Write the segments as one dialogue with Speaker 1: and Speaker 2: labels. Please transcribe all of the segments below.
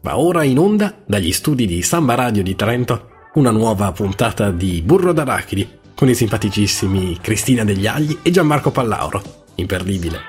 Speaker 1: Va ora in onda, dagli studi di Samba Radio di Trento, una nuova puntata di Burro d'Arachidi, con i simpaticissimi Cristina Degli Agli e Gianmarco Pallauro. Imperdibile.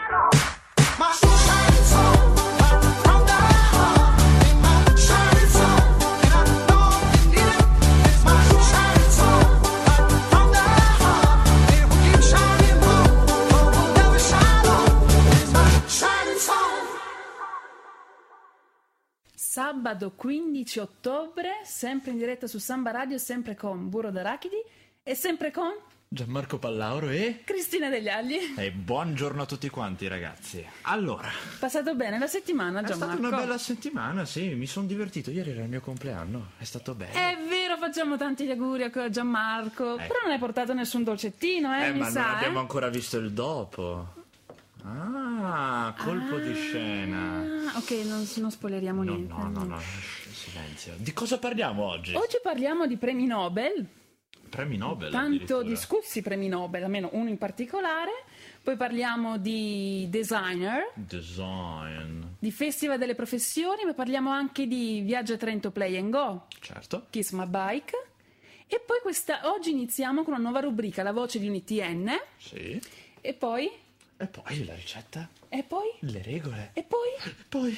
Speaker 2: Sabato 15 ottobre, sempre in diretta su Samba Radio, sempre con Burro d'Arachidi e sempre con
Speaker 3: Gianmarco Pallauro e
Speaker 2: Cristina Degli Agli.
Speaker 3: E buongiorno a tutti quanti, ragazzi. Allora,
Speaker 2: passato bene la settimana, Gianmarco?
Speaker 3: È stata una bella settimana, sì, mi sono divertito. Ieri era il mio compleanno, è stato bello.
Speaker 2: È vero, facciamo tanti auguri a Gianmarco. Però non hai portato nessun dolcettino, mi
Speaker 3: ma
Speaker 2: sa,
Speaker 3: non abbiamo ancora visto il dopo. Ah, colpo di scena.
Speaker 2: Ok, non spoileriamo niente.
Speaker 3: No, silenzio. Di cosa parliamo oggi?
Speaker 2: Oggi parliamo di premi Nobel.
Speaker 3: Premi Nobel?
Speaker 2: Tanto discussi premi Nobel, almeno uno in particolare. Poi parliamo di design, di Festival delle Professioni, ma parliamo anche di Viaggio a Trento Play and Go.
Speaker 3: Certo.
Speaker 2: Kiss My Bike. E poi oggi iniziamo con una nuova rubrica, La voce di un ITN.
Speaker 3: Sì.
Speaker 2: E poi
Speaker 3: la ricetta.
Speaker 2: E poi?
Speaker 3: Le regole.
Speaker 2: E poi?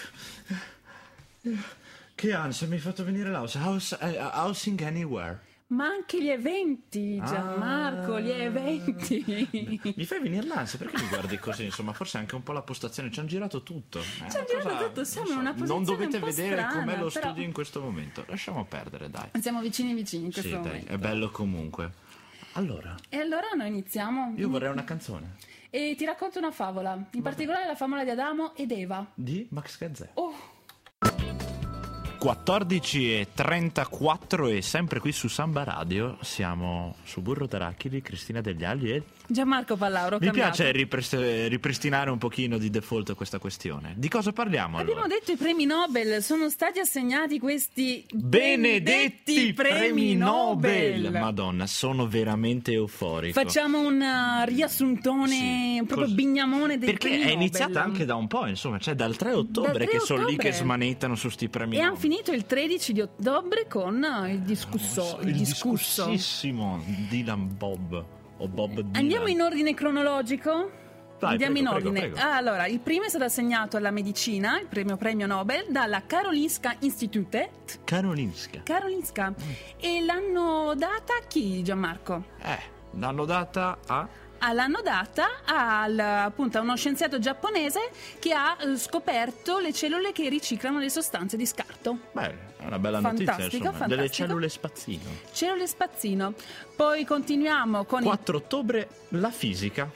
Speaker 3: Che ansia, mi hai fatto venire Housing Anywhere.
Speaker 2: Ma anche gli eventi, Gianmarco, gli eventi.
Speaker 3: Mi fai venire l'ansia, perché mi guardi così? Insomma, forse anche un po' la postazione, ci hanno girato tutto.
Speaker 2: Siamo in una posizione
Speaker 3: non dovete
Speaker 2: un po'
Speaker 3: vedere
Speaker 2: strana,
Speaker 3: com'è lo
Speaker 2: però
Speaker 3: studio in questo momento. Lasciamo perdere, dai.
Speaker 2: Siamo vicini in questo
Speaker 3: momento. Sì, dai, è bello comunque. Allora.
Speaker 2: E allora noi iniziamo.
Speaker 3: Io vorrei una canzone.
Speaker 2: E ti racconto una favola, in particolare la favola di Adamo ed Eva.
Speaker 3: Di Max Gazzè.
Speaker 4: 14:34 e sempre qui su Samba Radio siamo su Burro d'Arachidi, Cristina Degli Agli e
Speaker 2: Gianmarco Pallauro.
Speaker 4: Mi piace ripristinare un pochino di default questa questione. Di cosa parliamo allora?
Speaker 2: Abbiamo detto i premi Nobel, sono stati assegnati questi
Speaker 4: benedetti premi Nobel. Madonna, sono veramente euforico.
Speaker 2: Facciamo un riassuntone, proprio bignamone dei premi Nobel.
Speaker 4: Perché è iniziata anche da un po', insomma, cioè dal 3 ottobre che sono lì che smanettano su sti premi Nobel.
Speaker 2: E hanno finito il 13 di ottobre con il
Speaker 4: discussissimo Dylan Bob o Bob Dylan.
Speaker 2: Andiamo in ordine cronologico?
Speaker 4: Dai,
Speaker 2: andiamo in ordine.
Speaker 4: Prego.
Speaker 2: Allora, il primo è stato assegnato alla medicina, il premio Nobel, dalla Karolinska Institutet. Karolinska. E l'hanno data a chi, Gianmarco?
Speaker 3: L'hanno data a...
Speaker 2: L'hanno data appunto a uno scienziato giapponese che ha scoperto le cellule che riciclano le sostanze di scarto.
Speaker 3: Beh, è una bella
Speaker 2: notizia,
Speaker 3: insomma.
Speaker 4: Delle cellule spazzino.
Speaker 2: Cellule spazzino. Poi continuiamo con
Speaker 4: 4 ottobre la fisica.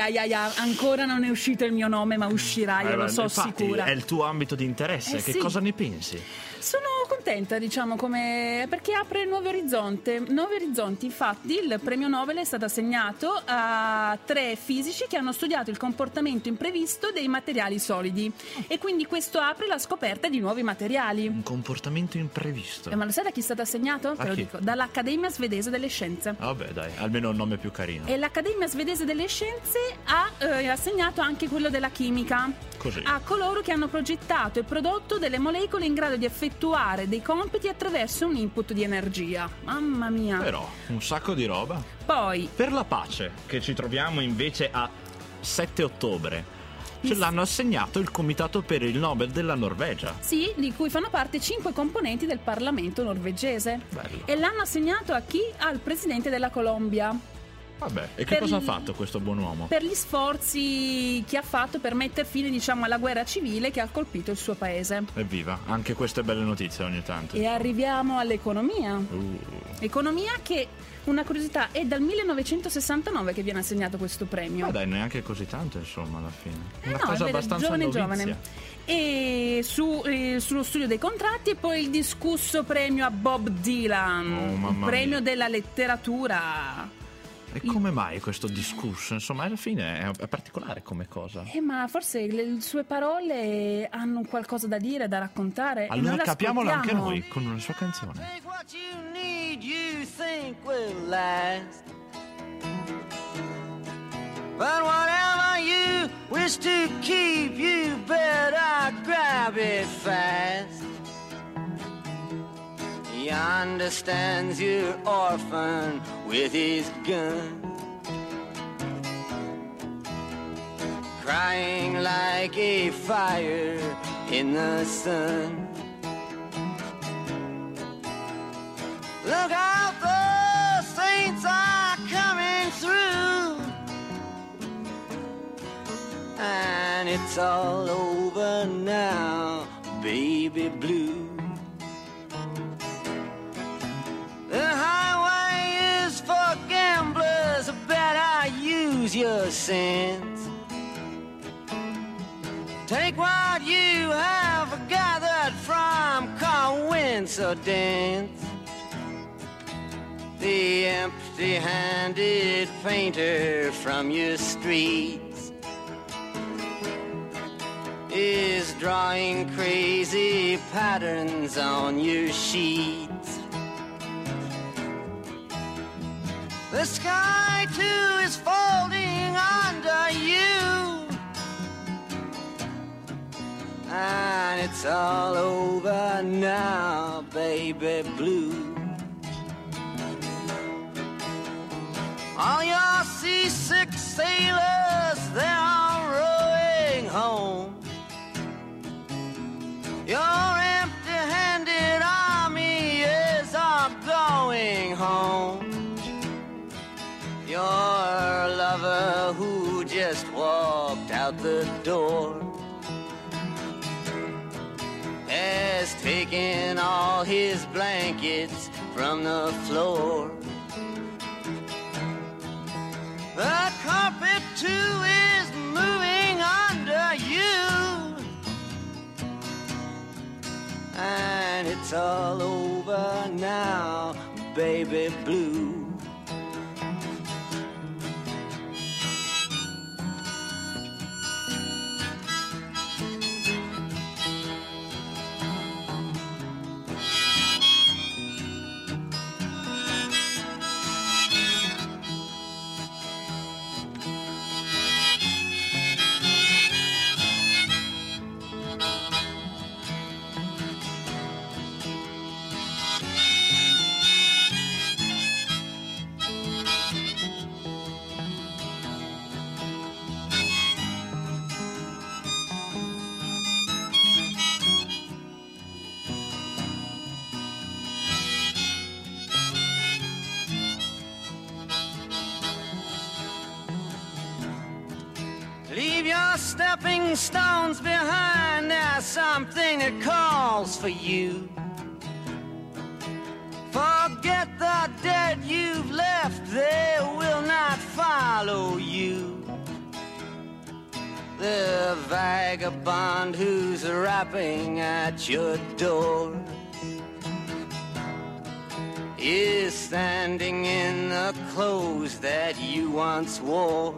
Speaker 2: Ancora non è uscito il mio nome, ma uscirà, io lo so,
Speaker 4: infatti,
Speaker 2: sicura.
Speaker 4: È il tuo ambito di interesse, che cosa ne pensi?
Speaker 2: Sono contenta, diciamo, perché apre nuovi orizzonti. Infatti il premio Nobel è stato assegnato a 3 fisici che hanno studiato il comportamento imprevisto dei materiali solidi e quindi questo apre la scoperta di nuovi materiali.
Speaker 4: Un comportamento imprevisto.
Speaker 2: Ma lo sai da chi è stato assegnato? Te lo dico, dall'Accademia Svedese delle Scienze.
Speaker 4: Vabbè, dai, almeno un nome più carino.
Speaker 2: E l'Accademia Svedese delle Scienze ha assegnato anche quello della chimica.
Speaker 4: Così.
Speaker 2: A coloro che hanno progettato e prodotto delle molecole in grado di effettuare dei compiti attraverso un input di energia. Mamma mia.
Speaker 4: Però, un sacco di roba.
Speaker 2: Poi,
Speaker 4: per la pace, che ci troviamo invece a 7 ottobre, ce l'hanno assegnato il Comitato per il Nobel della Norvegia.
Speaker 2: Sì, di cui fanno parte 5 componenti del Parlamento norvegese.
Speaker 4: Bello.
Speaker 2: E l'hanno assegnato a chi? Al presidente della Colombia.
Speaker 4: Vabbè, e che cosa ha fatto questo buon uomo?
Speaker 2: Per gli sforzi che ha fatto per mettere fine, diciamo, alla guerra civile che ha colpito il suo paese.
Speaker 4: Evviva, anche queste belle notizie ogni tanto.
Speaker 2: E arriviamo all'economia. Economia che, una curiosità, è dal 1969 che viene assegnato questo premio.
Speaker 3: Ma dai, neanche così tanto, insomma, alla fine. Una
Speaker 2: no,
Speaker 3: cosa abbastanza
Speaker 2: giovane. E sullo studio dei contratti, e poi il discusso premio a Bob Dylan, il premio della letteratura.
Speaker 3: E come mai questo discorso? Insomma, alla fine è particolare come cosa.
Speaker 2: Ma forse le sue parole hanno qualcosa da dire, da raccontare.
Speaker 3: Allora capiamolo anche noi con una sua canzone.
Speaker 5: Take what you need, you think will last. But whatever you wish to keep, you better grab it fast. understands your orphan with his gun, crying like a fire in the sun. Look out, the saints are coming through, and it's all over now, baby blue. The highway is for gamblers, better use your sense. Take what you have gathered from coincidence. The empty-handed painter from your streets is drawing crazy patterns on your sheets. The sky too is folding under you, and it's all over now, baby blue. All your seasick sailors, they're all rowing home. Your empty-handed army is all going home. Your lover who just walked out the door has taken all his blankets from the floor. The carpet too is moving under you, and it's all over now, baby blue. Leave your stepping stones behind, there's something that calls for you. Forget the dead you've left, they will not follow you. The vagabond who's rapping at your door is standing in the clothes that you once wore.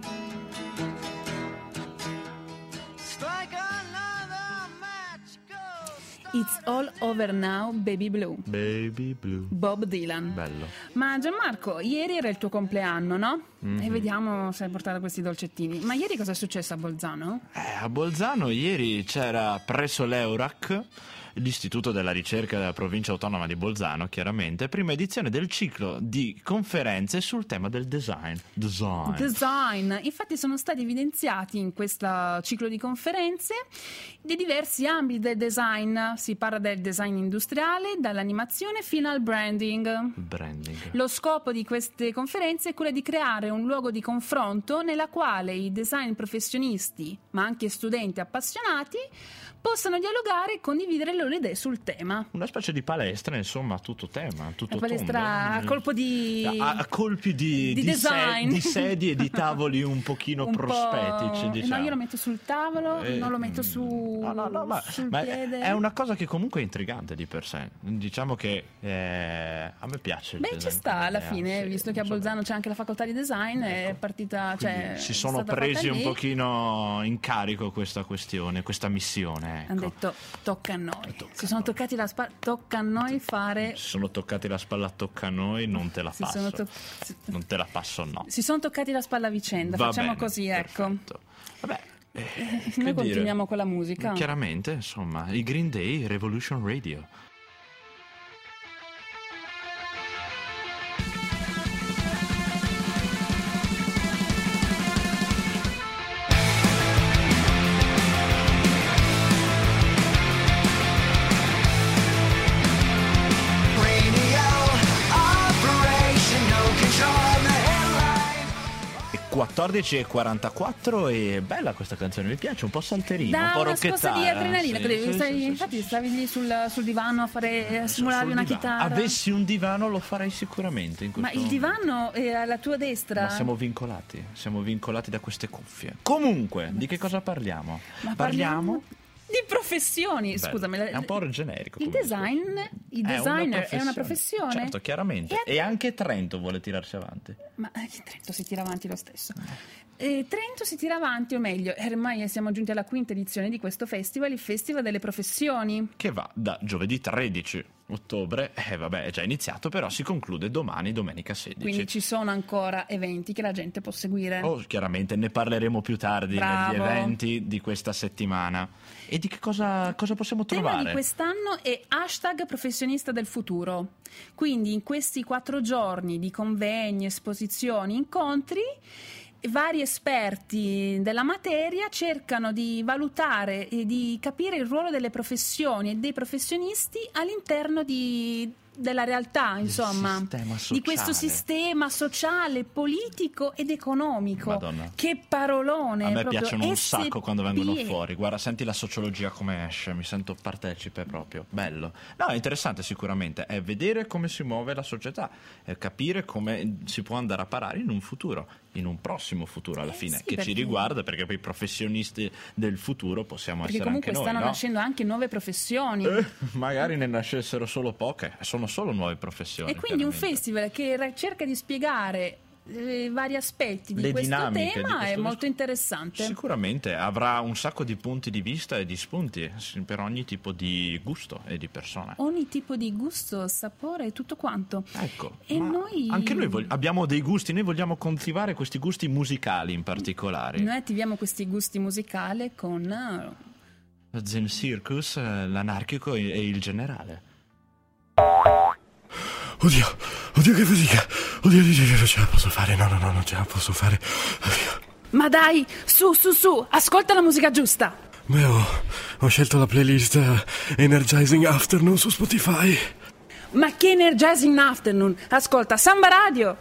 Speaker 2: It's all over now, baby blue.
Speaker 4: Baby blue.
Speaker 2: Bob Dylan.
Speaker 4: Bello.
Speaker 2: Ma Gianmarco, ieri era il tuo compleanno, no?
Speaker 4: Mm-hmm.
Speaker 2: E vediamo se hai portato questi dolcettini. Ma ieri cosa è successo a Bolzano?
Speaker 4: A Bolzano ieri c'era presso l'Eurac, l'Istituto della Ricerca della Provincia Autonoma di Bolzano, chiaramente, prima edizione del ciclo di conferenze sul tema del design.
Speaker 2: Design. Infatti sono stati evidenziati in questo ciclo di conferenze di diversi ambiti del design. Si parla del design industriale, dall'animazione fino al branding. Lo scopo di queste conferenze è quello di creare un luogo di confronto nella quale i design professionisti, ma anche studenti appassionati, possano dialogare e condividere le loro idee sul tema.
Speaker 4: Una specie di palestra, insomma, a tutto tema, tutto
Speaker 2: una palestra
Speaker 4: tondo.
Speaker 2: a colpo di
Speaker 4: a colpi di
Speaker 2: design,
Speaker 4: di sedie e di tavoli un pochino prospettici, diciamo.
Speaker 2: No, io lo metto sul tavolo, non lo metto sul piede.
Speaker 4: È una cosa che comunque è intrigante di per sé. Diciamo che a me piace il design.
Speaker 2: Ci sta alla fine,
Speaker 4: sì,
Speaker 2: visto che a Bolzano c'è anche la facoltà di design, ecco. È partita,
Speaker 4: si sono presi un pochino in carico questa questione, questa missione. Ecco.
Speaker 2: Hanno detto tocca a noi. Si sono toccati la spalla, tocca a noi fare.
Speaker 4: Si sono toccati la spalla, tocca a noi, non te la passo. Non te la passo, no.
Speaker 2: Si sono toccati la spalla a vicenda. Facciamo bene, così,
Speaker 4: perfetto.
Speaker 2: Ecco.
Speaker 4: Vabbè.
Speaker 2: Noi continuiamo con la musica.
Speaker 4: Chiaramente, insomma, i Green Day, Revolution Radio. 14:44 e bella questa canzone, mi piace, un po' salterina, un
Speaker 2: Da
Speaker 4: po'
Speaker 2: una scossa
Speaker 4: rocchettara.
Speaker 2: di adrenalina,
Speaker 4: Sì,
Speaker 2: infatti stavi lì sul divano a fare simulavi
Speaker 4: Sul
Speaker 2: una
Speaker 4: divano.
Speaker 2: chitarra.
Speaker 4: Avessi un divano lo farei sicuramente in
Speaker 2: Ma
Speaker 4: questo
Speaker 2: il
Speaker 4: momento.
Speaker 2: divano è alla tua destra?
Speaker 4: Ma siamo vincolati da queste cuffie. Comunque, di che cosa parliamo?
Speaker 2: Ma parliamo di professioni.
Speaker 4: Bello.
Speaker 2: Scusami,
Speaker 4: È un po' generico.
Speaker 2: il
Speaker 4: come
Speaker 2: designer è una professione.
Speaker 4: Certo, chiaramente. E anche Trento vuole tirarsi avanti.
Speaker 2: Ma Trento si tira avanti lo stesso. Trento si tira avanti, o meglio, ormai siamo giunti alla quinta edizione di questo festival, il Festival delle Professioni.
Speaker 4: Che va da giovedì 13 ottobre, vabbè, è già iniziato, però si conclude domani, domenica 16.
Speaker 2: Quindi ci sono ancora eventi che la gente può seguire.
Speaker 4: Oh, chiaramente ne parleremo più tardi
Speaker 2: Bravo.
Speaker 4: negli eventi di questa settimana. E di che cosa possiamo
Speaker 2: Il tema
Speaker 4: trovare?
Speaker 2: di quest'anno è #professionista del futuro. Quindi in questi 4 giorni di convegni, esposizioni, incontri, vari esperti della materia cercano di valutare e di capire il ruolo delle professioni e dei professionisti all'interno della realtà, insomma,
Speaker 4: sistema
Speaker 2: di questo
Speaker 4: sociale.
Speaker 2: sistema sociale, politico ed economico.
Speaker 4: Madonna.
Speaker 2: Che parolone!
Speaker 4: A me
Speaker 2: proprio
Speaker 4: piacciono un
Speaker 2: SPE.
Speaker 4: sacco quando vengono fuori. Guarda, senti la sociologia come esce, mi sento partecipe proprio. Bello. No, è interessante sicuramente. È vedere come si muove la società, è capire come si può andare a parare in un futuro, in un prossimo futuro alla fine,
Speaker 2: sì,
Speaker 4: che
Speaker 2: perché-
Speaker 4: ci riguarda, perché poi i professionisti del futuro possiamo
Speaker 2: Perché
Speaker 4: essere
Speaker 2: comunque
Speaker 4: anche noi,
Speaker 2: stanno
Speaker 4: no?
Speaker 2: nascendo anche nuove professioni.
Speaker 4: Magari ne nascessero solo poche, sono solo nuove professioni.
Speaker 2: E quindi un
Speaker 4: chiaramente.
Speaker 2: festival che cerca di spiegare vari aspetti di
Speaker 4: Le
Speaker 2: questo
Speaker 4: dinamiche
Speaker 2: tema
Speaker 4: di
Speaker 2: è
Speaker 4: questo
Speaker 2: molto interessante.
Speaker 4: Sicuramente avrà un sacco di punti di vista e di spunti per ogni tipo di gusto e di persona.
Speaker 2: Ogni tipo di gusto, sapore e tutto quanto.
Speaker 4: Ecco,
Speaker 2: E
Speaker 4: ma
Speaker 2: noi
Speaker 4: anche noi abbiamo dei gusti, noi vogliamo coltivare questi gusti musicali in particolare.
Speaker 2: Noi attiviamo questi gusti musicali con
Speaker 4: Zen Circus, l'anarchico e il generale.
Speaker 1: Oddio che fatica. Oddio, non ce la posso fare. No, non ce la posso fare. Oddio.
Speaker 2: Ma dai, su, ascolta la musica giusta.
Speaker 1: Beh, ho scelto la playlist Energizing Afternoon su Spotify.
Speaker 2: Ma che Energizing Afternoon? Ascolta Samba Radio.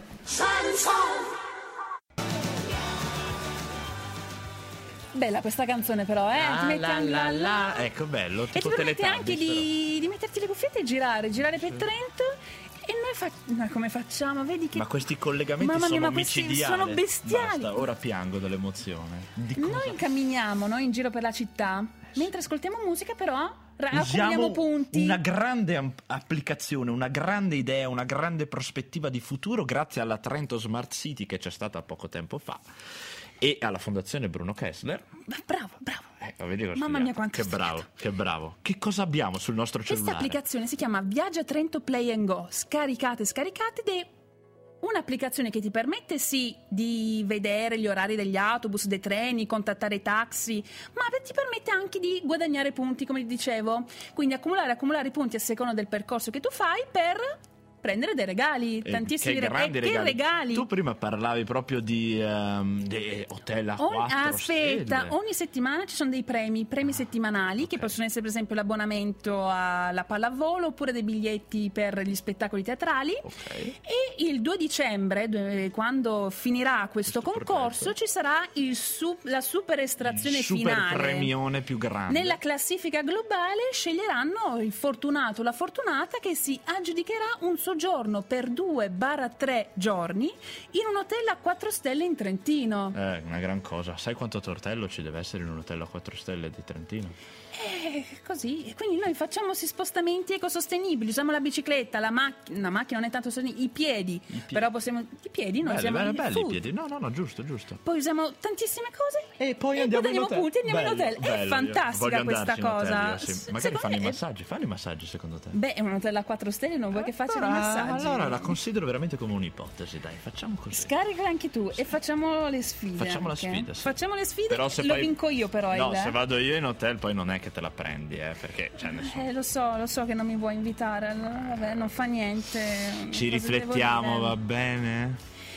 Speaker 2: Bella questa canzone però, ti metti anche
Speaker 4: Ecco, bello,
Speaker 2: e ti
Speaker 4: tipo
Speaker 2: permette anche
Speaker 4: Teletubbies,
Speaker 2: di metterti le cuffiette e girare per Trento. E noi come facciamo? Vedi che
Speaker 4: Ma questi collegamenti
Speaker 2: Mamma mia,
Speaker 4: sono
Speaker 2: ma questi
Speaker 4: micidiali.
Speaker 2: sono bestiali.
Speaker 4: Basta, ora piango dall'emozione. Di cosa?
Speaker 2: noi camminiamo in giro per la città, mentre ascoltiamo musica però accumuliamo punti.
Speaker 4: Una grande applicazione, una grande idea, una grande prospettiva di futuro grazie alla Trento Smart City che c'è stata poco tempo fa e alla fondazione Bruno Kessler.
Speaker 2: Bravo.
Speaker 4: Vedi cosa
Speaker 2: Mamma
Speaker 4: studiato.
Speaker 2: mia, quanto
Speaker 4: che bravo. Che cosa abbiamo sul nostro
Speaker 2: Questa
Speaker 4: cellulare?
Speaker 2: applicazione si chiama Viaggia Trento Play and Go. Scaricate ed è un'applicazione che ti permette sì di vedere gli orari degli autobus, dei treni, contattare i taxi, ma ti permette anche di guadagnare punti, come dicevo. Quindi accumulare punti a seconda del percorso che tu fai per prendere dei regali, tantissimi
Speaker 4: che grandi
Speaker 2: Che regali!
Speaker 4: Tu prima parlavi proprio di hotel a 4
Speaker 2: Aspetta,
Speaker 4: stelle.
Speaker 2: ogni settimana ci sono dei premi settimanali che possono essere per esempio l'abbonamento alla pallavolo oppure dei biglietti per gli spettacoli teatrali.
Speaker 4: Ok.
Speaker 2: E il 2 dicembre, quando finirà questo concorso, ci sarà la super estrazione
Speaker 4: Il super
Speaker 2: finale.
Speaker 4: premione più grande.
Speaker 2: Nella classifica globale sceglieranno il fortunato o la fortunata che si aggiudicherà un soggiorno per 2-3 giorni in un hotel a 4 stelle in Trentino.
Speaker 4: Una gran cosa. Sai quanto tortello ci deve essere in un hotel a 4 stelle di Trentino?
Speaker 2: Così, e quindi noi facciamo questi spostamenti ecosostenibili, usiamo la bicicletta, la macchina non è tanto sostenibile, i piedi. Però possiamo i piedi noi usiamo
Speaker 4: belli
Speaker 2: il
Speaker 4: i
Speaker 2: food.
Speaker 4: piedi. No, giusto.
Speaker 2: Poi usiamo tantissime cose
Speaker 4: E poi andiamo in
Speaker 2: guadagniamo
Speaker 4: hotel.
Speaker 2: punti e andiamo in hotel. È
Speaker 4: Bello,
Speaker 2: fantastica
Speaker 4: voglio
Speaker 2: questa
Speaker 4: andarci in hotel,
Speaker 2: cosa.
Speaker 4: io, sì. Magari
Speaker 2: Secondo
Speaker 4: fanno i
Speaker 2: me-
Speaker 4: massaggi. Fanno i massaggi secondo te?
Speaker 2: Beh, è un hotel a 4 stelle, non vuoi che facciano i massaggi?
Speaker 4: Allora la considero veramente come un'ipotesi, dai, facciamo così.
Speaker 2: Scaricala anche tu e facciamo le sfide.
Speaker 4: Facciamo la
Speaker 2: anche.
Speaker 4: sfida, sì.
Speaker 2: Facciamo le sfide,
Speaker 4: Però se
Speaker 2: lo
Speaker 4: poi-
Speaker 2: vinco io però.
Speaker 4: No, se vado io in hotel poi non è che te la prendi, perché nessuno.
Speaker 2: Lo so che non mi vuoi invitare, allora vabbè, non fa niente.
Speaker 4: Ci
Speaker 2: Cosa devo
Speaker 4: riflettiamo,
Speaker 2: dire?
Speaker 4: va bene?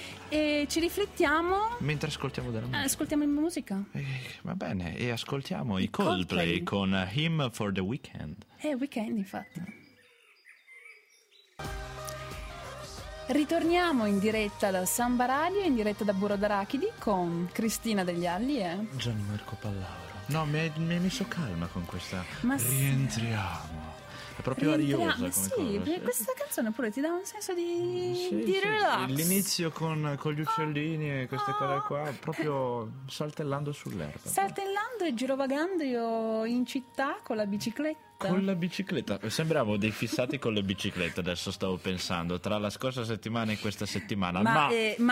Speaker 2: E ci riflettiamo.
Speaker 4: Mentre ascoltiamo della musica.
Speaker 2: Ascoltiamo in musica.
Speaker 4: Va bene, e ascoltiamo i
Speaker 2: Coldplay.
Speaker 4: Coldplay con Him for the Weekend.
Speaker 2: È weekend, infatti. Ritorniamo in diretta da Samba Radio, in diretta da Burro d'Arachidi con Cristina Degli Alli e
Speaker 4: Gianmarco Pallauro. No, mi hai messo calma con questa.
Speaker 2: Ma
Speaker 4: rientriamo. È proprio ariosa come
Speaker 2: sì,
Speaker 4: cosa.
Speaker 2: questa canzone pure ti dà un senso di
Speaker 4: Sì.
Speaker 2: relax.
Speaker 4: L'inizio con gli uccellini e queste cose qua, proprio saltellando sull'erba.
Speaker 2: Saltellando e girovagando io in città con la bicicletta.
Speaker 4: Con la bicicletta, sembriamo dei fissati con le biciclette, adesso stavo pensando, tra la scorsa settimana e questa settimana.
Speaker 2: Ma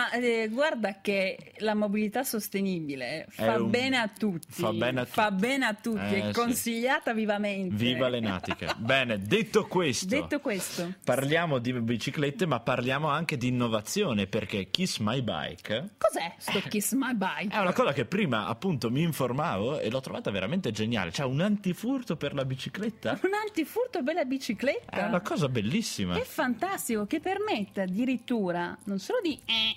Speaker 2: guarda che la mobilità sostenibile fa bene a tutti.
Speaker 4: Fa bene a tutti.
Speaker 2: È
Speaker 4: Sì.
Speaker 2: consigliata vivamente.
Speaker 4: Viva le natiche. Bene, detto questo, parliamo di biciclette, ma parliamo anche di innovazione, perché Kiss My Bike.
Speaker 2: Cos'è sto Kiss My Bike?
Speaker 4: È una cosa che prima appunto mi informavo e l'ho trovata veramente geniale. C'è un antifurto per la bicicletta.
Speaker 2: Un antifurto per la bicicletta?
Speaker 4: È una cosa bellissima.
Speaker 2: È fantastico, che permette addirittura non solo di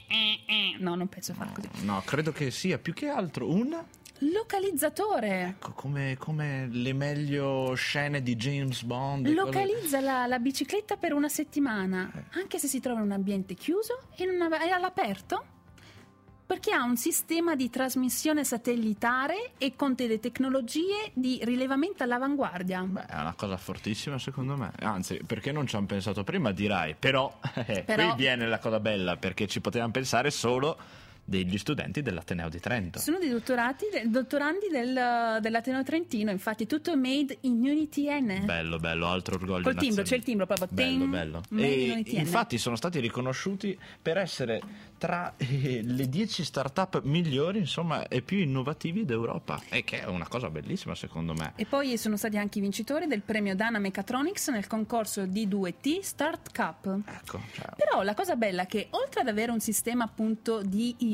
Speaker 2: no, non penso fare così.
Speaker 4: No, credo che sia più che altro un
Speaker 2: localizzatore.
Speaker 4: Ecco, come le meglio scene di James Bond.
Speaker 2: Localizza la bicicletta per una settimana, anche se si trova in un ambiente chiuso e all'aperto, perché ha un sistema di trasmissione satellitare e con delle tecnologie di rilevamento all'avanguardia.
Speaker 4: Beh, è una cosa fortissima secondo me. Anzi, perché non ci hanno pensato prima, dirai. Però qui viene la cosa bella, perché ci potevamo pensare solo degli studenti dell'Ateneo di Trento.
Speaker 2: Sono dei dottorandi dell'Ateneo Trentino, infatti tutto made in Unity N.
Speaker 4: Bello, altro orgoglio
Speaker 2: col timbro,
Speaker 4: nazionale.
Speaker 2: c'è il timbro proprio.
Speaker 4: Bello. E infatti sono stati riconosciuti per essere tra le 10 start-up migliori, insomma, e più innovativi d'Europa, e che è una cosa bellissima secondo me.
Speaker 2: E poi sono stati anche i vincitori del premio Dana Mechatronics nel concorso D2T Start Cup.
Speaker 4: Ecco,
Speaker 2: però la cosa bella è che oltre ad avere un sistema appunto di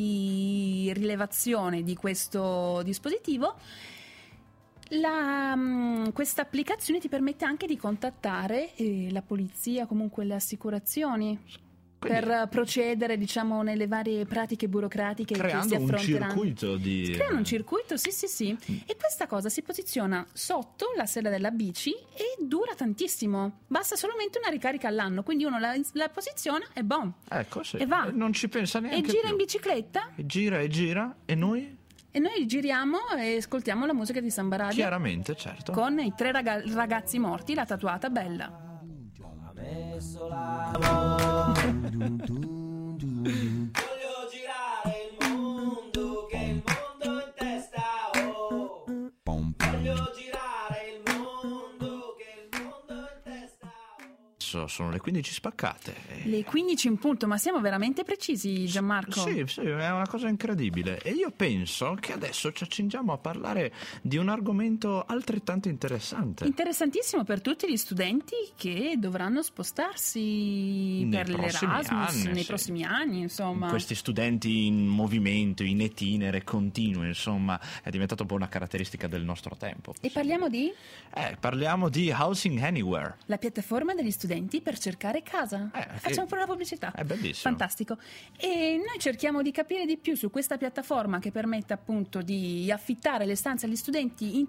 Speaker 2: rilevazione di questo dispositivo, questa applicazione ti permette anche di contattare la polizia, comunque le assicurazioni, per procedere, diciamo, nelle varie pratiche burocratiche che si affronteranno. Creano un circuito, sì. E questa cosa si posiziona sotto la sella della bici e dura tantissimo. Basta solamente una ricarica all'anno, quindi uno la posiziona e boom.
Speaker 4: Ecco, sì.
Speaker 2: E va.
Speaker 4: Non ci pensa neanche
Speaker 2: e gira
Speaker 4: più.
Speaker 2: In bicicletta.
Speaker 4: E gira. E noi?
Speaker 2: E noi giriamo e ascoltiamo la musica di Samba Radio.
Speaker 4: Chiaramente, certo.
Speaker 2: Con i 3 ragazzi morti, la tatuata bella.
Speaker 5: Messo la voglio girare il mondo, che il mondo in testa ho. Voglio girare il mondo, che il mondo in testa ho.
Speaker 4: Sono le 15 spaccate.
Speaker 2: Le 15 in punto, ma siamo veramente precisi, Gianmarco?
Speaker 4: Sì, è una cosa incredibile. E io penso che adesso ci accingiamo a parlare di un argomento altrettanto interessante.
Speaker 2: Interessantissimo per tutti gli studenti che dovranno spostarsi per l'Erasmus nei prossimi anni, insomma.
Speaker 4: Questi studenti in movimento, in itinere continuo, insomma, è diventato un po' una caratteristica del nostro tempo.
Speaker 2: E parliamo di?
Speaker 4: Parliamo di Housing Anywhere.
Speaker 2: La piattaforma degli studenti per cercare casa. Facciamo pure la pubblicità.
Speaker 4: È bellissimo.
Speaker 2: Fantastico. E noi cerchiamo di capire di più su questa piattaforma che permette appunto di affittare le stanze agli studenti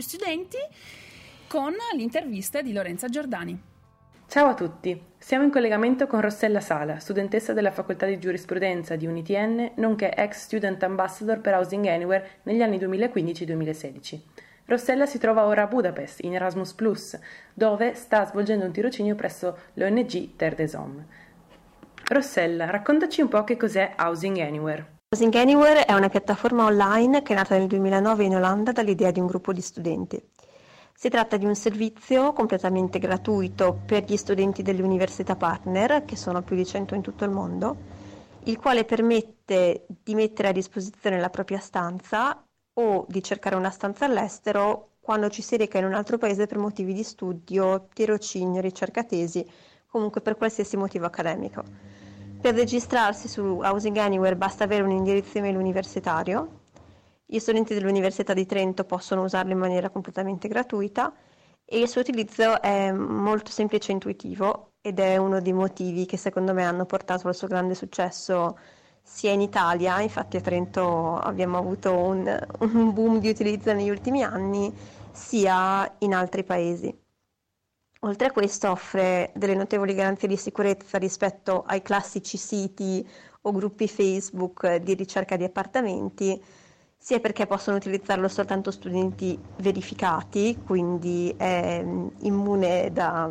Speaker 2: con l'intervista di Lorenza Giordani.
Speaker 6: Ciao a tutti, siamo in collegamento con Rossella Sala, studentessa della Facoltà di Giurisprudenza di UnityN, nonché ex Student Ambassador per Housing Anywhere negli anni 2015-2016. Rossella si trova ora a Budapest, in Erasmus+, dove sta svolgendo un tirocinio presso l'ONG Terre des Hommes. Rossella, raccontaci un po' che cos'è Housing Anywhere.
Speaker 7: Housing Anywhere è una piattaforma online che è nata nel 2009 in Olanda dall'idea di un gruppo di studenti. Si tratta di un servizio completamente gratuito per gli studenti delle università partner, che sono più di 100 in tutto il mondo, il quale permette di mettere a disposizione la propria stanza o di cercare una stanza all'estero quando ci si reca in un altro paese per motivi di studio, tirocinio, ricerca tesi, comunque per qualsiasi motivo accademico. Per registrarsi su Housing Anywhere basta avere un indirizzo email universitario. Gli studenti dell'Università di Trento possono usarlo in maniera completamente gratuita e il suo utilizzo è molto semplice e intuitivo ed è uno dei motivi che secondo me hanno portato al suo grande successo sia in Italia, infatti a Trento abbiamo avuto un boom di utilizzo negli ultimi anni, sia in altri paesi. Oltre a questo offre delle notevoli garanzie di sicurezza rispetto ai classici siti o gruppi Facebook di ricerca di appartamenti, sia perché possono utilizzarlo soltanto studenti verificati, quindi è immune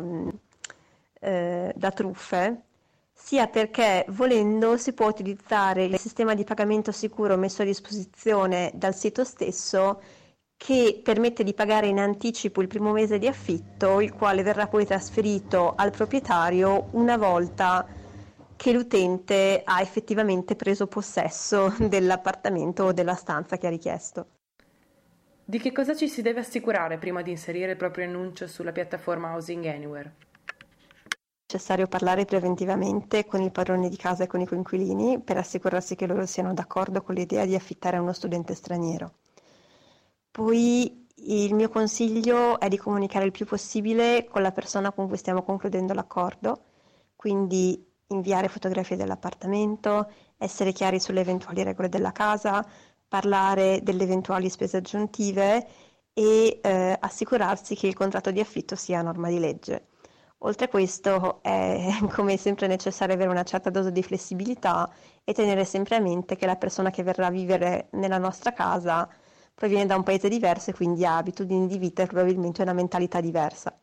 Speaker 7: da truffe, sia perché volendo si può utilizzare il sistema di pagamento sicuro messo a disposizione dal sito stesso, che permette di pagare in anticipo il primo mese di affitto, il quale verrà poi trasferito al proprietario una volta che l'utente ha effettivamente preso possesso dell'appartamento o della stanza che ha richiesto.
Speaker 6: Di che cosa ci si deve assicurare prima di inserire il proprio annuncio sulla piattaforma Housing Anywhere?
Speaker 7: È necessario parlare preventivamente con il padrone di casa e con i coinquilini per assicurarsi che loro siano d'accordo con l'idea di affittare a uno studente straniero. Poi il mio consiglio è di comunicare il più possibile con la persona con cui stiamo concludendo l'accordo, quindi inviare fotografie dell'appartamento, essere chiari sulle eventuali regole della casa, parlare delle eventuali spese aggiuntive e assicurarsi che il contratto di affitto sia a norma di legge. Oltre a questo è come sempre necessario avere una certa dose di flessibilità e tenere sempre a mente che la persona che verrà a vivere nella nostra casa proviene da un paese diverso e quindi ha abitudini di vita e probabilmente una mentalità diversa.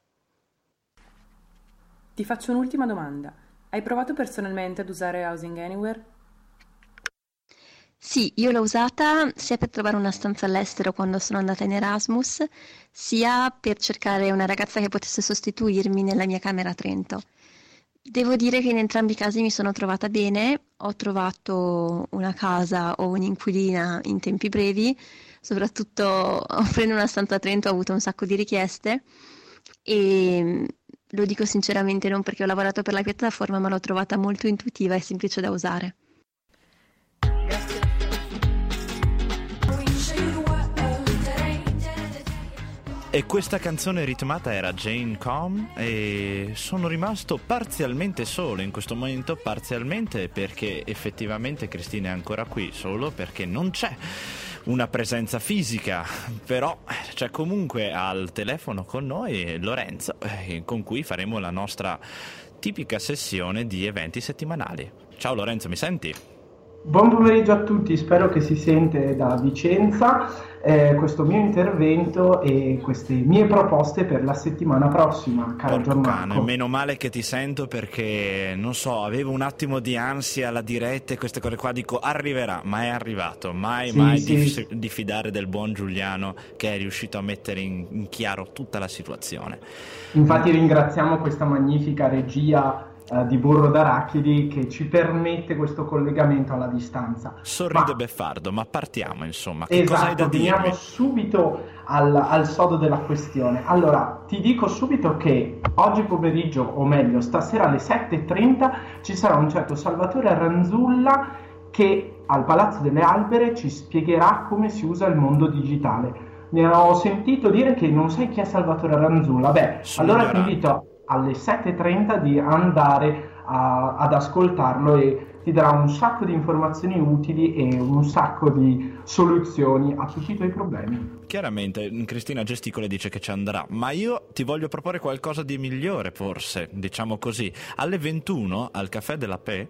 Speaker 6: Ti faccio un'ultima domanda. Hai provato personalmente ad usare Housing Anywhere?
Speaker 7: Sì, io l'ho usata sia per trovare una stanza all'estero quando sono andata in Erasmus, sia per cercare una ragazza che potesse sostituirmi nella mia camera a Trento. Devo dire che in entrambi i casi mi sono trovata bene, ho trovato una casa o un'inquilina in tempi brevi, soprattutto offrendo una stanza a Trento ho avuto un sacco di richieste e lo dico sinceramente non perché ho lavorato per la piattaforma, ma l'ho trovata molto intuitiva e semplice da usare.
Speaker 4: E questa canzone ritmata era Jane Com e sono rimasto parzialmente solo in questo momento, parzialmente perché effettivamente Cristina è ancora qui, solo perché non c'è una presenza fisica, però c'è comunque al telefono con noi Lorenzo, con cui faremo la nostra tipica sessione di eventi settimanali. Ciao Lorenzo, mi senti?
Speaker 8: Buon pomeriggio a tutti, spero che si sente da Vicenza questo mio intervento e queste mie proposte per la settimana prossima, caro Gianmarco.
Speaker 4: Meno male che ti sento perché, non so, avevo un attimo di ansia alla diretta e queste cose qua, dico arriverà, ma è arrivato, mai diffidare del buon Giuliano che è riuscito a mettere in chiaro tutta la situazione.
Speaker 8: Infatti ringraziamo questa magnifica regia di Burro d'Arachidi che ci permette questo collegamento alla distanza.
Speaker 4: Sorride beffardo, ma partiamo insomma. Che cosa hai da
Speaker 8: dirmi? Veniamo subito al sodo della questione. Allora, ti dico subito che oggi pomeriggio, o meglio stasera alle 7:30, ci sarà un certo Salvatore Ranzulla che al Palazzo delle Albere ci spiegherà come si usa il mondo digitale. Ne ho sentito dire che non sai chi è Salvatore Ranzulla. Allora ti invito alle 7:30 di andare ad ascoltarlo e ti darà un sacco di informazioni utili e un sacco di soluzioni a tutti i tuoi problemi.
Speaker 4: Chiaramente Cristina gesticola e dice che ci andrà, ma io ti voglio proporre qualcosa di migliore forse, diciamo così. Alle 21 al Caffè della Paix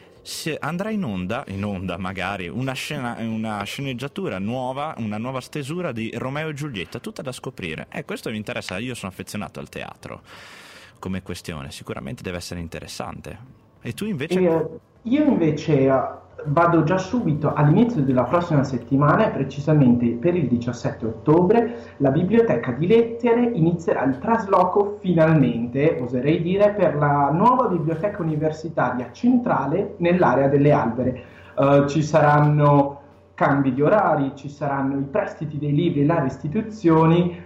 Speaker 4: andrà in onda magari una sceneggiatura nuova, una nuova stesura di Romeo e Giulietta, tutta da scoprire. Questo mi interessa, io sono affezionato al teatro come questione, sicuramente deve essere interessante. E tu invece?
Speaker 8: Io invece vado già subito all'inizio della prossima settimana, precisamente per il 17 ottobre, la Biblioteca di Lettere inizierà il trasloco finalmente, oserei dire, per la nuova biblioteca universitaria centrale nell'area delle Albere. Ci saranno cambi di orari, ci saranno i prestiti dei libri e le restituzioni,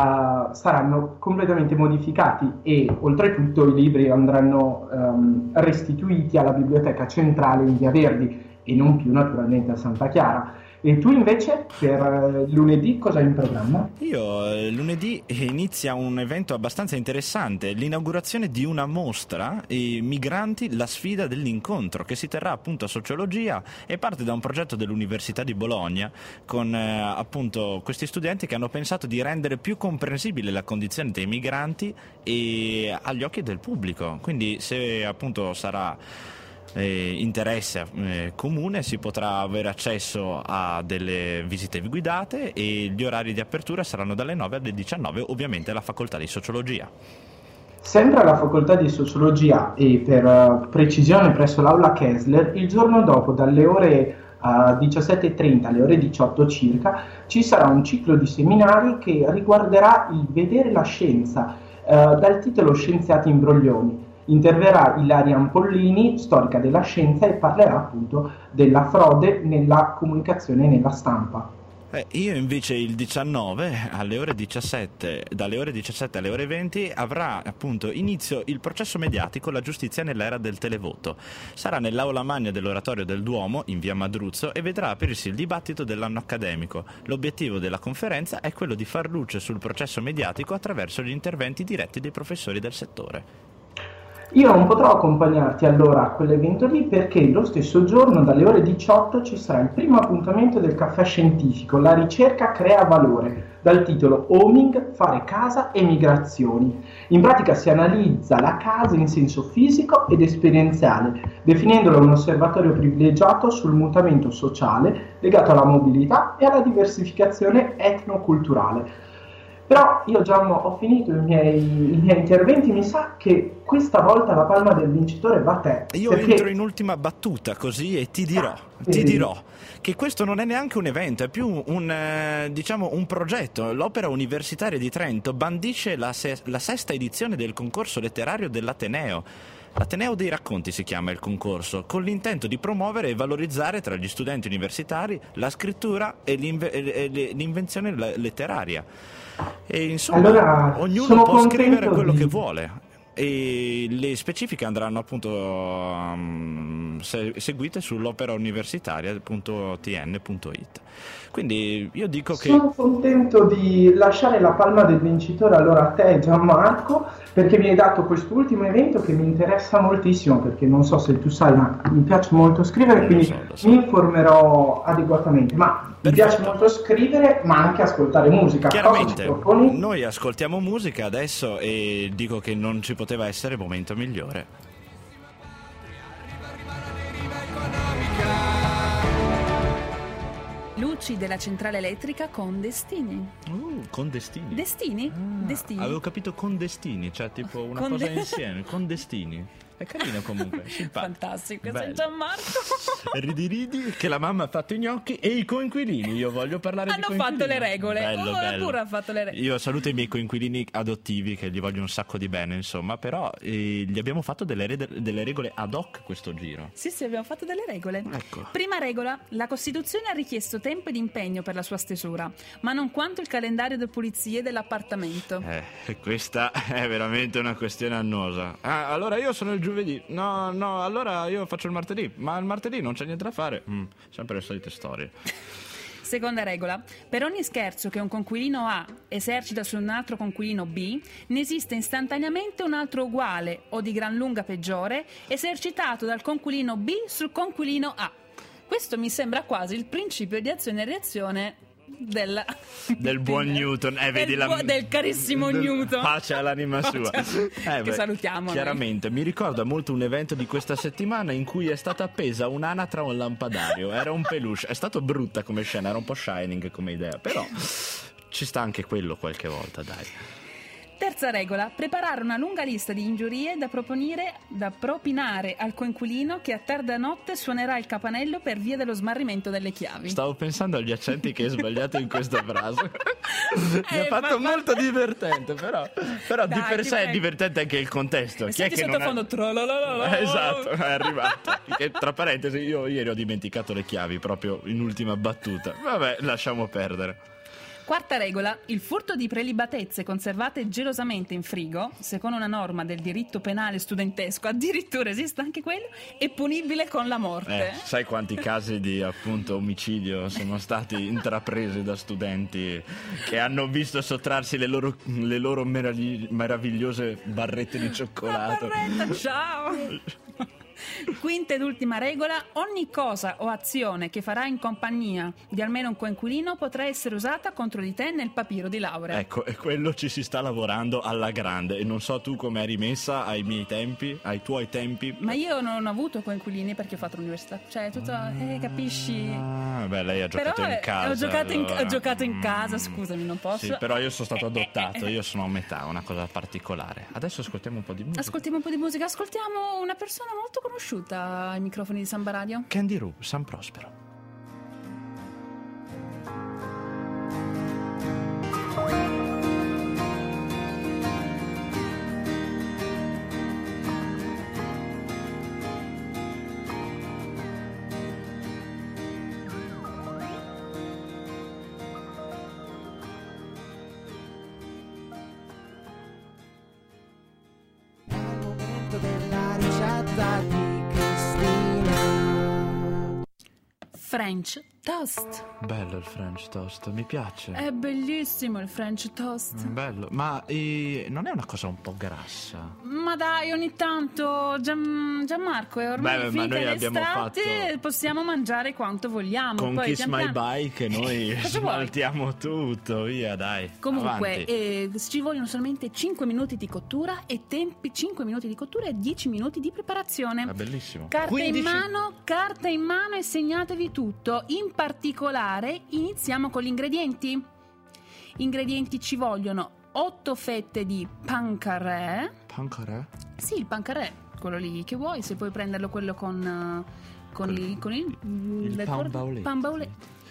Speaker 8: saranno completamente modificati e oltretutto i libri andranno restituiti alla biblioteca centrale in Via Verdi e non più naturalmente a Santa Chiara. E tu invece per lunedì cosa hai in programma?
Speaker 4: Io lunedì inizia un evento abbastanza interessante, l'inaugurazione di una mostra, i migranti, la sfida dell'incontro, che si terrà appunto a Sociologia e parte da un progetto dell'Università di Bologna con appunto questi studenti che hanno pensato di rendere più comprensibile la condizione dei migranti e agli occhi del pubblico. Quindi se appunto sarà interesse comune si potrà avere accesso a delle visite guidate e gli orari di apertura saranno dalle 9 alle 19, ovviamente alla facoltà di Sociologia.
Speaker 8: Sempre alla facoltà di Sociologia e per precisione presso l'aula Kessler, il giorno dopo dalle ore 17:30 alle ore 18 circa ci sarà un ciclo di seminari che riguarderà il vedere la scienza dal titolo Scienziati imbroglioni. Interverrà Ilaria Ampollini, storica della scienza, e parlerà appunto della frode nella comunicazione e nella stampa.
Speaker 4: Io invece il 19 alle ore 17, dalle ore 17 alle ore 20 avrà appunto inizio il processo mediatico La giustizia nell'era del televoto. Sarà nell'aula magna dell'oratorio del Duomo in via Madruzzo e vedrà aprirsi il dibattito dell'anno accademico. L'obiettivo della conferenza è quello di far luce sul processo mediatico attraverso gli interventi diretti dei professori del settore.
Speaker 8: Io non potrò accompagnarti allora a quell'evento lì perché lo stesso giorno dalle ore 18 ci sarà il primo appuntamento del caffè scientifico, La ricerca crea valore, dal titolo Homing, fare casa e migrazioni. In pratica si analizza la casa in senso fisico ed esperienziale, definendola un osservatorio privilegiato sul mutamento sociale legato alla mobilità e alla diversificazione etnoculturale. Però io già ho finito i miei interventi, mi sa che questa volta la palma del vincitore va a te.
Speaker 4: Io entro in ultima battuta così e ti dirò che questo non è neanche un evento, è più un progetto. L'Opera Universitaria di Trento bandisce la sesta edizione del concorso letterario dell'Ateneo. L'Ateneo dei racconti si chiama il concorso, con l'intento di promuovere e valorizzare tra gli studenti universitari la scrittura e l'invenzione letteraria. E insomma,
Speaker 8: allora,
Speaker 4: ognuno può scrivere quello che vuole. E le specifiche andranno appunto seguite sull'operauniversitaria.tn.it. Quindi io dico che
Speaker 8: sono contento di lasciare la palma del vincitore allora a te, Gianmarco, perché mi hai dato quest'ultimo evento che mi interessa moltissimo, perché non so se tu sai, ma mi piace molto scrivere, quindi
Speaker 4: lo so.
Speaker 8: mi informerò adeguatamente. Ma mi piace molto scrivere, ma anche ascoltare musica.
Speaker 4: Chiaramente, noi ascoltiamo musica adesso e dico che non ci poteva essere momento migliore.
Speaker 2: Luci della centrale elettrica con Destini.
Speaker 4: Con Destini?
Speaker 2: Destini? Destini.
Speaker 4: Avevo capito con Destini, cioè tipo una cosa insieme, con Destini. È carino comunque, simpatico.
Speaker 2: Fantastico,
Speaker 4: Bello.
Speaker 2: sei Gianmarco.
Speaker 4: Ridi che la mamma ha fatto i gnocchi e i coinquilini. Io voglio parlare di coinquilini.
Speaker 2: Hanno fatto le regole.
Speaker 4: Bello.
Speaker 2: Pure ha fatto le regole.
Speaker 4: Io saluto i miei coinquilini adottivi che gli voglio un sacco di bene, insomma, però gli abbiamo fatto delle regole ad hoc questo giro.
Speaker 2: Sì, abbiamo fatto delle regole.
Speaker 4: Ecco.
Speaker 2: Prima regola: la Costituzione ha richiesto tempo ed impegno per la sua stesura, ma non quanto il calendario di pulizie dell'appartamento.
Speaker 4: Questa è veramente una questione annosa. Allora io sono il giovedì. No, allora io faccio il martedì. Ma il martedì non c'è niente da fare. Sempre le solite storie.
Speaker 2: Seconda regola: per ogni scherzo che un conquilino A esercita su un altro conquilino B, ne esiste istantaneamente un altro uguale o di gran lunga peggiore esercitato dal conquilino B sul conquilino A. Questo mi sembra quasi il principio di azione e reazione del
Speaker 4: buon Newton, vedi
Speaker 2: del carissimo Newton.
Speaker 4: Pace all'anima sua.
Speaker 2: Che salutiamo.
Speaker 4: Chiaramente mi ricorda molto un evento di questa settimana in cui è stata appesa un'anatra a un lampadario. Era un peluche. È stato brutta come scena, era un po' Shining come idea, però ci sta anche quello qualche volta, dai.
Speaker 2: Terza regola: preparare una lunga lista di ingiurie da propinare al coinquilino che a tarda notte suonerà il campanello per via dello smarrimento delle chiavi.
Speaker 4: Stavo pensando agli accenti che hai sbagliato in questa frase. Mi ha fatto molto divertente, però dai, di per sé è divertente anche il contesto. Chi è che
Speaker 2: sottofondo
Speaker 4: esatto, è arrivato. Che, tra parentesi, io ieri ho dimenticato le chiavi proprio in ultima battuta. Vabbè, lasciamo perdere.
Speaker 2: Quarta regola: il furto di prelibatezze conservate gelosamente in frigo, secondo una norma del diritto penale studentesco, addirittura esiste anche quello, è punibile con la morte.
Speaker 4: Sai quanti casi di appunto omicidio sono stati intrapresi da studenti che hanno visto sottrarsi le loro meravigliose barrette di cioccolato.
Speaker 2: Barretta, ciao! Quinta ed ultima regola: ogni cosa o azione che farai in compagnia di almeno un coinquilino potrà essere usata contro di te nel papiro di laurea.
Speaker 4: Ecco, e quello ci si sta lavorando alla grande, e non so tu come eri rimessa ai miei tempi, ai tuoi tempi.
Speaker 2: Ma io non ho avuto coinquilini perché ho fatto l'università, cioè tutto, capisci?
Speaker 4: Beh, lei ha giocato
Speaker 2: Però
Speaker 4: in casa.
Speaker 2: ho giocato in casa, scusami, non posso.
Speaker 4: Sì, però io sono stato adottato, io sono a metà, una cosa particolare. Adesso ascoltiamo un po' di musica.
Speaker 2: Ascoltiamo un po' di musica, ascoltiamo una persona molto conosciuta ai microfoni di Samba Radio.
Speaker 4: Candy Roo, San Prospero.
Speaker 5: Della ricetta di Cristina.
Speaker 2: French toast.
Speaker 4: Bello il French toast, mi piace.
Speaker 2: È bellissimo il French toast.
Speaker 4: Bello, ma non è una cosa un po' grassa?
Speaker 2: Ma dai, ogni tanto Gianmarco, è ormai
Speaker 4: Beh, ma
Speaker 2: finita
Speaker 4: noi abbiamo
Speaker 2: l'estate,
Speaker 4: fatto-
Speaker 2: possiamo mangiare quanto vogliamo.
Speaker 4: Con
Speaker 2: Poi
Speaker 4: Kiss My
Speaker 2: pian piano-
Speaker 4: Bike noi
Speaker 2: Cosa vuoi?
Speaker 4: smaltiamo tutto, via dai.
Speaker 2: Comunque,
Speaker 4: avanti.
Speaker 2: ci vogliono solamente 5 minuti di cottura e tempi 5 minuti di cottura e 10 minuti di preparazione.
Speaker 4: È bellissimo.
Speaker 2: Carta
Speaker 4: 15.
Speaker 2: in mano e segnatevi tutto. In particolare iniziamo con gli ingredienti. Ingredienti: ci vogliono 8 fette di pancaré.
Speaker 4: Pancaré?
Speaker 2: Sì, il pancaré, quello lì che vuoi, se puoi prenderlo quello con il
Speaker 4: pan baulé.
Speaker 2: pan baulé.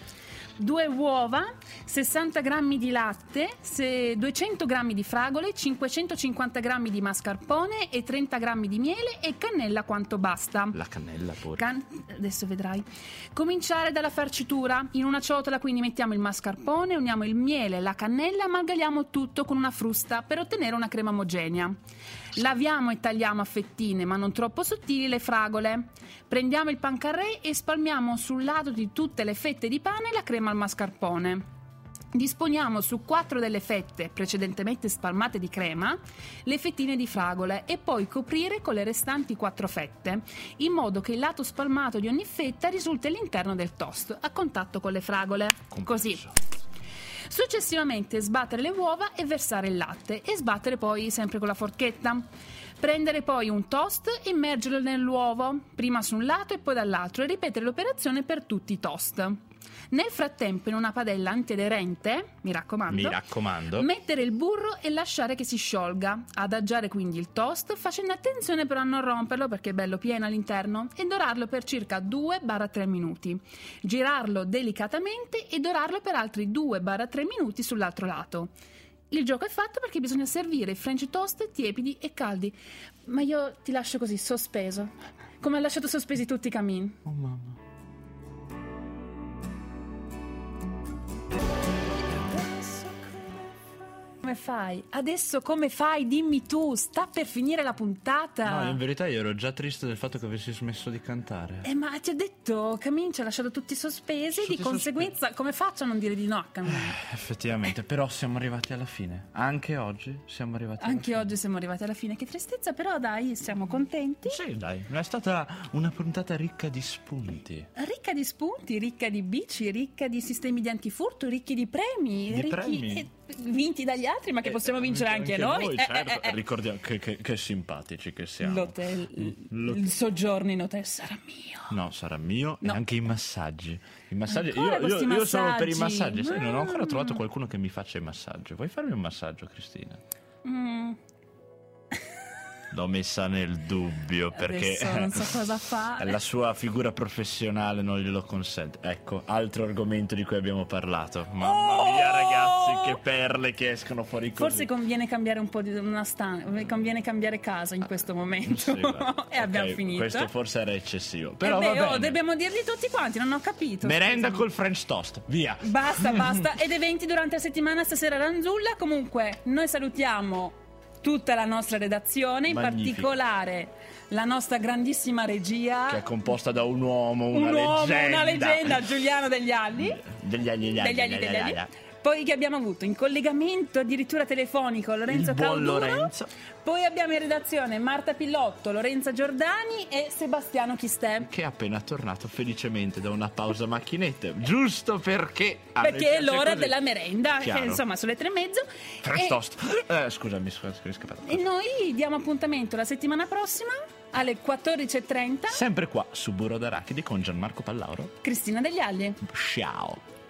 Speaker 2: 2 uova, 60 grammi di latte, 200 grammi di fragole, 550 grammi di mascarpone e 30 grammi di miele e cannella quanto basta.
Speaker 4: La cannella pure.
Speaker 2: Adesso vedrai. Cominciare dalla farcitura. In una ciotola quindi mettiamo il mascarpone, uniamo il miele, la cannella, amalgamiamo tutto con una frusta per ottenere una crema omogenea. Laviamo e tagliamo a fettine, ma non troppo sottili, le fragole. Prendiamo il pancaré e spalmiamo sul lato di tutte le fette di pane la crema al mascarpone. Disponiamo su 4 delle fette precedentemente spalmate di crema le fettine di fragole e poi coprire con le restanti 4 fette, in modo che il lato spalmato di ogni fetta risulti all'interno del toast, a contatto con le fragole. Così. Successivamente sbattere le uova e versare il latte e sbattere poi sempre con la forchetta. Prendere poi un toast e immergerlo nell'uovo, prima su un lato e poi dall'altro, e ripetere l'operazione per tutti i toast. Nel frattempo, in una padella antiaderente, mi raccomando, mettere il burro e lasciare che si sciolga. Adagiare quindi il toast, facendo attenzione però a non romperlo perché è bello pieno all'interno, e dorarlo per circa 2-3 minuti. Girarlo delicatamente e dorarlo per altri 2-3 minuti sull'altro lato. Il gioco è fatto perché bisogna servire i French toast tiepidi e caldi. Ma io ti lascio così, sospeso, come ha lasciato sospesi tutti i cammin.
Speaker 4: Oh mamma.
Speaker 2: Come fai? Adesso come fai? Dimmi tu, sta per finire la puntata.
Speaker 4: No, in verità io ero già triste del fatto che avessi smesso di cantare.
Speaker 2: Ma ti ho detto, Camin ci ha lasciato tutti sospesi, di conseguenza come faccio a non dire di no a Camin?
Speaker 4: Effettivamente, però siamo arrivati alla fine. Anche oggi siamo arrivati alla
Speaker 2: Anche
Speaker 4: fine.
Speaker 2: oggi siamo arrivati alla fine, che tristezza, però dai, siamo contenti.
Speaker 4: Sì, dai, è stata una puntata ricca di spunti.
Speaker 2: Ricca di spunti, ricca di bici, ricca di sistemi di antifurto, ricchi di premi,
Speaker 4: premi.
Speaker 2: Vinti dagli altri, ma che possiamo vincere anche noi.
Speaker 4: Certo. Ricordiamo che simpatici che siamo.
Speaker 2: Il soggiorno in hotel sarà mio.
Speaker 4: No, sarà mio.
Speaker 2: No.
Speaker 4: E anche i massaggi.
Speaker 2: Ancora questi
Speaker 4: Io sono per i
Speaker 2: massaggi.
Speaker 4: massaggi. Sai, non ho ancora trovato qualcuno che mi faccia i massaggi. Vuoi farmi un massaggio, Cristina? L'ho messa nel dubbio perché
Speaker 2: Adesso non so cosa fare.
Speaker 4: la sua figura professionale non glielo consente. Ecco, altro argomento di cui abbiamo parlato. Mamma mia, ragazzi, che perle che escono fuori così.
Speaker 2: Forse conviene cambiare un po' di conviene cambiare casa in questo momento.
Speaker 4: Sì,
Speaker 2: E abbiamo
Speaker 4: ok,
Speaker 2: finito.
Speaker 4: Questo forse era eccessivo. Però
Speaker 2: Beh,
Speaker 4: va bene.
Speaker 2: dobbiamo dirli tutti quanti, non ho capito.
Speaker 4: Merenda
Speaker 2: scusami.
Speaker 4: col French toast, via.
Speaker 2: Basta. Ed eventi durante la settimana, stasera Ranzulla. Comunque, noi salutiamo tutta la nostra redazione, in
Speaker 4: Magnifico.
Speaker 2: particolare la nostra grandissima regia.
Speaker 4: Che è composta da un uomo, una
Speaker 2: leggenda, Giuliano Degli Alli.
Speaker 4: Degli agli.
Speaker 2: Poi che abbiamo avuto in collegamento addirittura telefonico Lorenzo
Speaker 4: Il buon
Speaker 2: Cauduro.
Speaker 4: Lorenzo.
Speaker 2: Poi abbiamo in redazione Marta Pillotto, Lorenza Giordani e Sebastiano Chistè.
Speaker 4: Che è appena tornato felicemente da una pausa macchinette, giusto perché
Speaker 2: Perché è l'ora della merenda,
Speaker 4: Chiaro.
Speaker 2: che insomma sono le 3:30.
Speaker 4: French toast. Scusami, è scappato.
Speaker 2: E noi diamo appuntamento la settimana prossima alle 14:30.
Speaker 4: Sempre qua su Burro d'Arachidi con Gianmarco Pallauro.
Speaker 2: Cristina Degli Agli.
Speaker 4: Ciao.